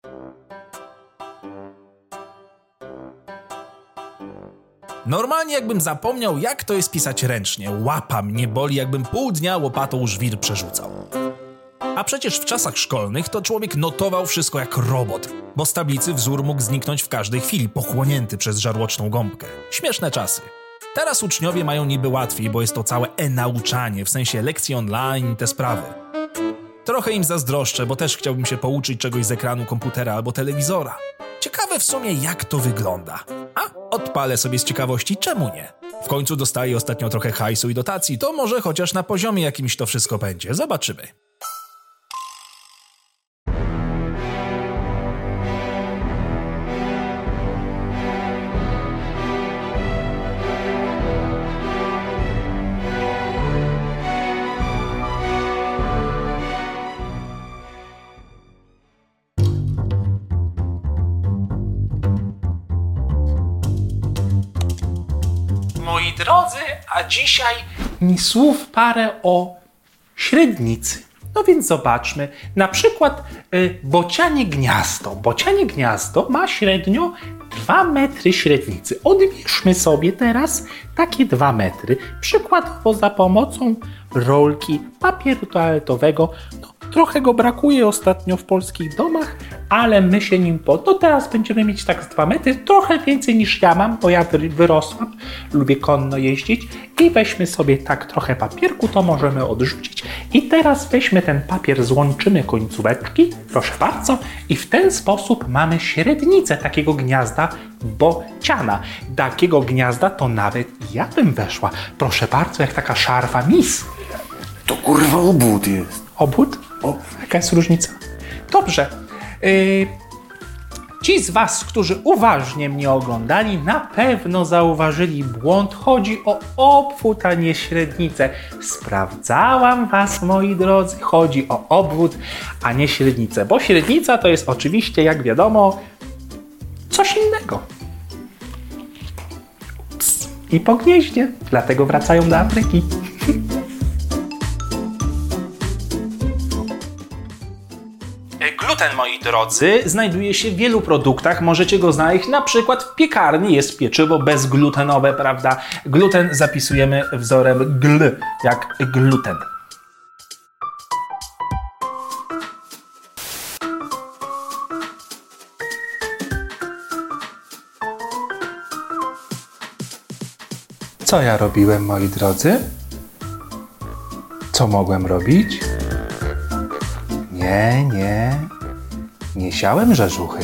Normalnie jakbym zapomniał, jak to jest pisać ręcznie. Łapa mnie boli, jakbym pół dnia łopatą żwir przerzucał. A przecież w czasach szkolnych to człowiek notował wszystko jak robot, bo z tablicy wzór mógł zniknąć w każdej chwili, pochłonięty przez żarłoczną gąbkę. Śmieszne czasy. Teraz uczniowie mają niby łatwiej, bo jest to całe e-nauczanie, w sensie lekcji online i te sprawy. Trochę im zazdroszczę, bo też chciałbym się pouczyć czegoś z ekranu komputera albo telewizora. Ciekawe w sumie, jak to wygląda. A odpalę sobie z ciekawości, czemu nie? W końcu dostaję ostatnio trochę hajsu i dotacji, to może chociaż na poziomie jakimś to wszystko będzie. Zobaczymy. Moi drodzy, a dzisiaj słów parę o średnicy. No więc zobaczmy, na przykład bocianie gniazdo. Bocianie gniazdo ma średnio 2 metry średnicy. Odmierzmy sobie teraz takie 2 metry. Przykładowo za pomocą rolki papieru toaletowego. No, trochę go brakuje ostatnio w polskich domach, ale my się nim no teraz będziemy mieć tak z 2 metry, trochę więcej niż ja mam, bo ja wyrosłam, lubię konno jeździć i weźmy sobie tak trochę papierku, to możemy odrzucić i teraz weźmy ten papier, złączymy końcóweczki, proszę bardzo, i w ten sposób mamy średnicę takiego gniazda bociana. Takiego gniazda to nawet ja bym weszła, proszę bardzo, jak taka szarfa mis. To kurwa obłód jest. Obłód? Jaka jest różnica? Dobrze. Ci z was, którzy uważnie mnie oglądali, na pewno zauważyli błąd. Chodzi o obwód, a nie średnicę. Sprawdzałam was, moi drodzy. Chodzi o obwód, a nie średnicę. Bo średnica to jest oczywiście, jak wiadomo, coś innego. Ups. I po gnieździe. Dlatego wracają do Afryki. Gluten, moi drodzy, znajduje się w wielu produktach. Możecie go znaleźć na przykład w piekarni. Jest pieczywo bezglutenowe, prawda? Gluten zapisujemy wzorem gl, jak gluten. Co ja robiłem, moi drodzy? Co mogłem robić? Nie siałem rzeżuchy.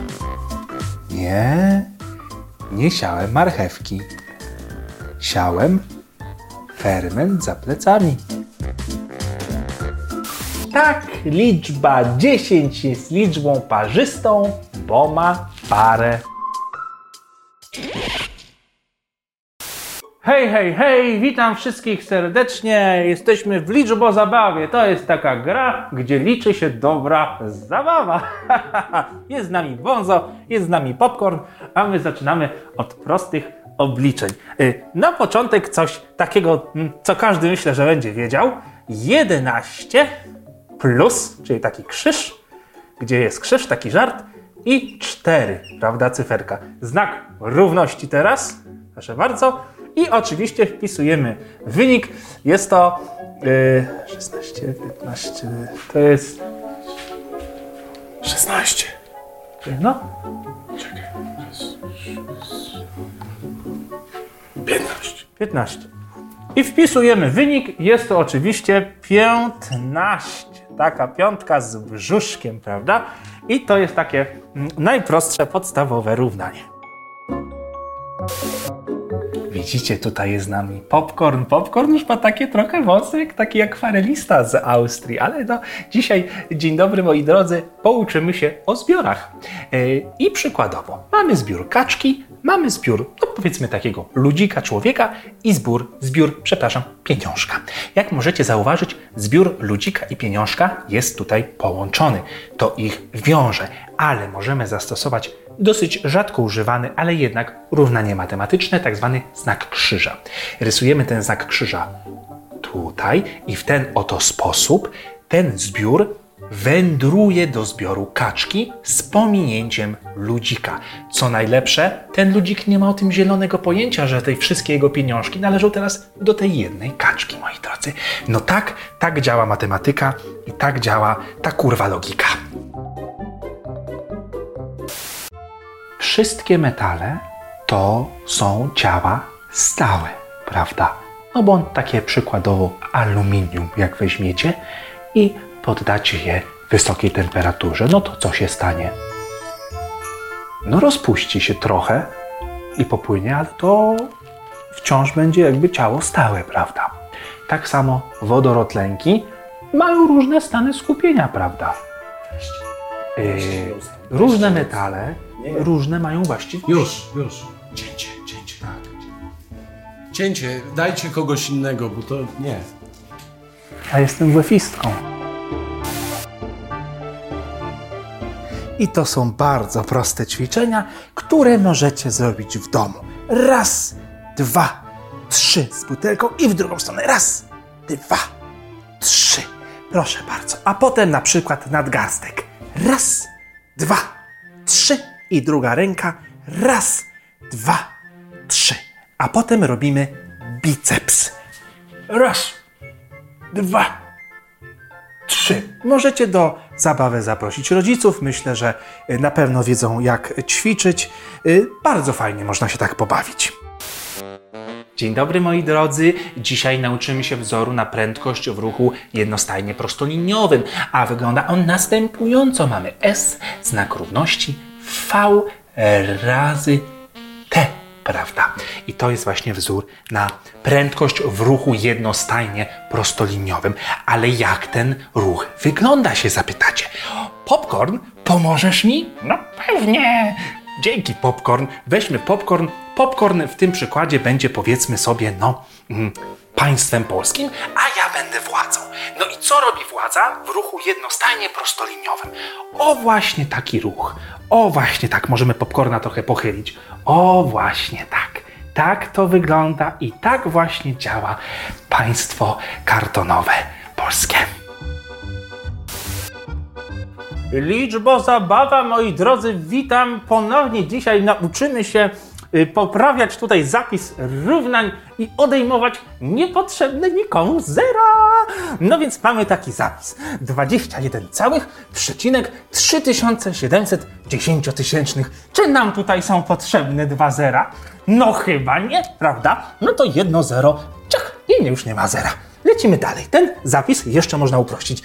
Nie siałem marchewki. Siałem ferment za plecami. Tak, liczba 10 jest liczbą parzystą, bo ma parę. Hej, hej, hej, witam wszystkich serdecznie. Jesteśmy w Liczbozabawie. To jest taka gra, gdzie liczy się dobra zabawa. Jest z nami Bonzo, jest z nami Popcorn, a my zaczynamy od prostych obliczeń. Na początek coś takiego, co każdy myślę, że będzie wiedział. 11 plus, czyli taki krzyż, gdzie jest krzyż, taki żart, i 4, prawda, cyferka. Znak równości teraz, proszę bardzo. I oczywiście wpisujemy wynik. Jest to 16, 15, to jest 16. No. Czekaj. 15. 15. I wpisujemy wynik. Jest to oczywiście 15. Taka piątka z brzuszkiem, prawda? I to jest takie najprostsze, podstawowe równanie. Widzicie, tutaj jest z nami Popcorn. Popcorn już ma takie trochę włosy, taki akwarelista z Austrii, ale no, dzisiaj, dzień dobry moi drodzy, pouczymy się o zbiorach. I przykładowo, mamy zbiór kaczki, mamy zbiór, no powiedzmy takiego ludzika, człowieka i zbiór, pieniążka. Jak możecie zauważyć, zbiór ludzika i pieniążka jest tutaj połączony. To ich wiąże, ale możemy zastosować dosyć rzadko używany, ale jednak równanie matematyczne, tak zwany znak krzyża. Rysujemy ten znak krzyża tutaj i w ten oto sposób ten zbiór wędruje do zbioru kaczki z pominięciem ludzika. Co najlepsze, ten ludzik nie ma o tym zielonego pojęcia, że te wszystkie jego pieniążki należą teraz do tej jednej kaczki, moi drodzy. No tak działa matematyka i tak działa ta kurwa logika. Wszystkie metale to są ciała stałe, prawda? No bo takie przykładowo aluminium, jak weźmiecie i poddacie je wysokiej temperaturze, no to co się stanie? No rozpuści się trochę i popłynie, ale to wciąż będzie jakby ciało stałe, prawda? Tak samo wodorotlenki mają różne stany skupienia, prawda? Różne metale, różne mają właściwości. Już. Cięcie, tak. Cięcie, dajcie kogoś innego, bo to nie. Ja jestem wefistką. I to są bardzo proste ćwiczenia, które możecie zrobić w domu. 1, 2, 3 z butelką i w drugą stronę. 1, 2, 3. Proszę bardzo. A potem na przykład nadgarstek. 1, 2, 3 i druga ręka. 1, 2, 3. A potem robimy biceps. 1, 2, 3. Możecie do zabawy zaprosić rodziców. Myślę, że na pewno wiedzą, jak ćwiczyć. Bardzo fajnie można się tak pobawić. Dzień dobry, moi drodzy. Dzisiaj nauczymy się wzoru na prędkość w ruchu jednostajnie prostoliniowym, a wygląda on następująco. Mamy S, znak równości, V razy T, prawda? I to jest właśnie wzór na prędkość w ruchu jednostajnie prostoliniowym. Ale jak ten ruch wygląda, się zapytacie? Popcorn, pomożesz mi? No pewnie. Dzięki, Popcorn. Weźmy Popcorn. Popcorn w tym przykładzie będzie, powiedzmy sobie, państwem polskim, a ja będę władzą. No i co robi władza w ruchu jednostajnie prostoliniowym? O, właśnie taki ruch. O, właśnie tak. Możemy Popcorna trochę pochylić. O, właśnie tak. Tak to wygląda i tak właśnie działa państwo kartonowe polskie. Liczbo zabawa, moi drodzy, witam ponownie. Dzisiaj nauczymy się poprawiać tutaj zapis równań i odejmować niepotrzebne nikomu zera. No więc mamy taki zapis. 21,3710. Czy nam tutaj są potrzebne 2 zera? No chyba nie, prawda? No to 1 zero, ciach, i już nie ma zera. Lecimy dalej. Ten zapis jeszcze można uprościć.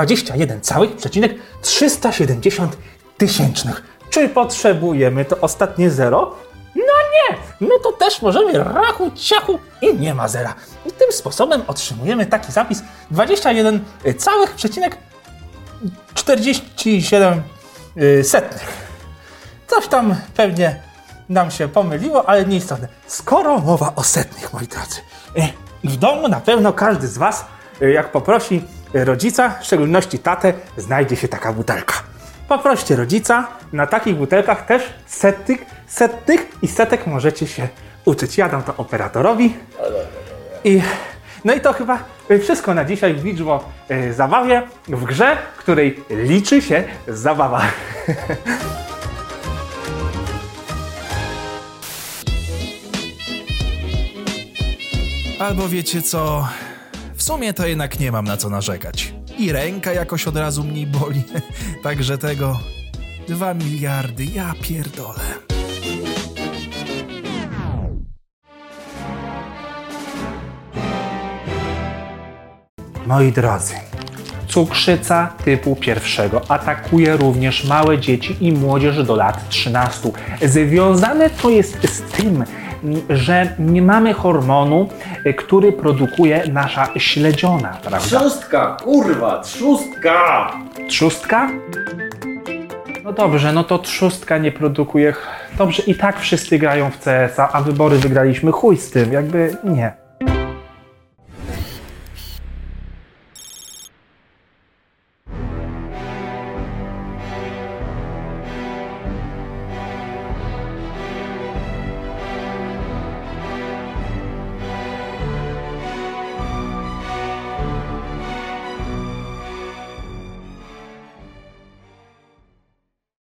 21,370. Czy potrzebujemy to ostatnie zero? No nie! No to też możemy rachu, ciachu i nie ma zera. I tym sposobem otrzymujemy taki zapis 21,47. Coś tam pewnie nam się pomyliło, ale nieistotne. Skoro mowa o setnych, moi drodzy, w domu na pewno każdy z was, jak poprosi rodzica, w szczególności tatę, znajdzie się taka butelka. Poproście rodzica, na takich butelkach też setnych i setek możecie się uczyć. Ja dam to operatorowi. No i to chyba wszystko na dzisiaj w liczbo zabawie, w grze, w której liczy się zabawa. Albo wiecie co? W sumie to jednak nie mam na co narzekać. I ręka jakoś od razu mniej boli. Także tego 2 miliardy, ja pierdolę. Moi drodzy, cukrzyca typu 1 atakuje również małe dzieci i młodzież do lat 13. Związane to jest z tym, że nie mamy hormonu, który produkuje nasza śledziona, prawda? Trzustka, kurwa, trzustka! Trzustka? No dobrze, no to trzustka nie produkuje. Dobrze, i tak wszyscy grają w CS-a, a wybory wygraliśmy, chuj z tym, jakby nie.